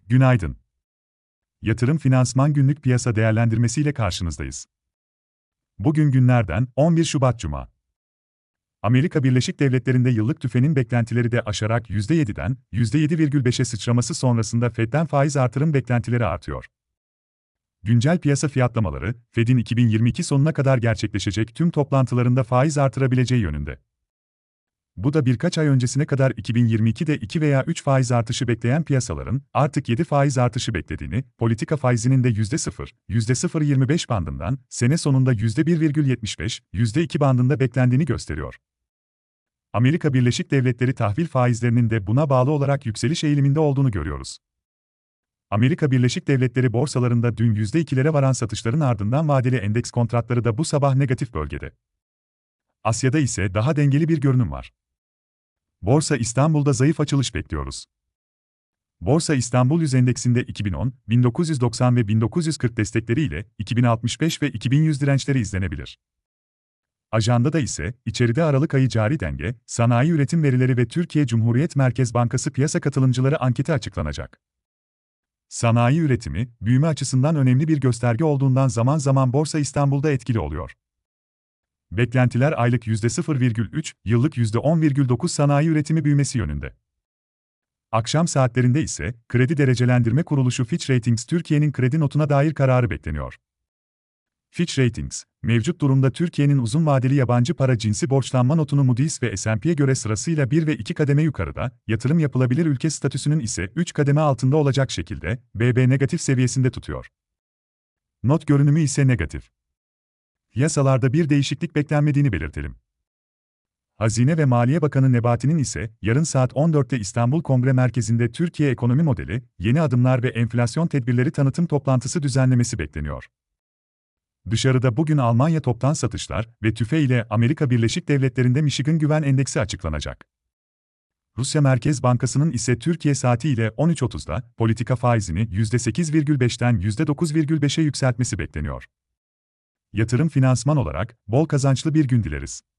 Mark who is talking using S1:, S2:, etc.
S1: Günaydın. Yatırım Finansman Günlük Piyasa Değerlendirmesi ile karşınızdayız. Bugün günlerden 11 Şubat Cuma. Amerika Birleşik Devletleri'nde yıllık tüfenin beklentileri de aşarak %7'den %7,5'e sıçraması sonrasında Fed'den faiz artırım beklentileri artıyor. Güncel piyasa fiyatlamaları, Fed'in 2022 sonuna kadar gerçekleşecek tüm toplantılarında faiz artırabileceği yönünde. Bu da birkaç ay öncesine kadar 2022'de 2 veya 3 faiz artışı bekleyen piyasaların artık 7 faiz artışı beklediğini, politika faizinin de %0, %0,25 bandından, sene sonunda %1,75, %2 bandında beklendiğini gösteriyor. Amerika Birleşik Devletleri tahvil faizlerinin de buna bağlı olarak yükseliş eğiliminde olduğunu görüyoruz. Amerika Birleşik Devletleri borsalarında dün %2'lere varan satışların ardından vadeli endeks kontratları da bu sabah negatif bölgede. Asya'da ise daha dengeli bir görünüm var. Borsa İstanbul'da zayıf açılış bekliyoruz. Borsa İstanbul Yüz Endeksinde 2010, 1990 ve 1940 destekleri ile 2065 ve 2100 dirençleri izlenebilir. Ajandada ise, içeride Aralık ayı cari denge, sanayi üretim verileri ve Türkiye Cumhuriyet Merkez Bankası piyasa katılımcıları anketi açıklanacak. Sanayi üretimi, büyüme açısından önemli bir gösterge olduğundan zaman zaman Borsa İstanbul'da etkili oluyor. Beklentiler aylık %0,3, yıllık %10,9 sanayi üretimi büyümesi yönünde. Akşam saatlerinde ise, Kredi Derecelendirme Kuruluşu Fitch Ratings Türkiye'nin kredi notuna dair kararı bekleniyor. Fitch Ratings, mevcut durumda Türkiye'nin uzun vadeli yabancı para cinsi borçlanma notunu Moody's ve S&P'ye göre sırasıyla 1 ve 2 kademe yukarıda, yatırım yapılabilir ülke statüsünün ise 3 kademe altında olacak şekilde, BB negatif seviyesinde tutuyor. Not görünümü ise negatif. Yasalarda bir değişiklik beklenmediğini belirtelim. Hazine ve Maliye Bakanı Nebati'nin ise yarın saat 14'te İstanbul Kongre Merkezi'nde Türkiye Ekonomi Modeli, Yeni Adımlar ve Enflasyon Tedbirleri tanıtım toplantısı düzenlemesi bekleniyor. Dışarıda bugün Almanya toptan satışlar ve TÜFE ile Amerika Birleşik Devletleri'nde Michigan Güven Endeksi açıklanacak. Rusya Merkez Bankası'nın ise Türkiye saati ile 13.30'da politika faizini %8,5'ten %9,5'e yükseltmesi bekleniyor. Yatırım finansman olarak bol kazançlı bir gün dileriz.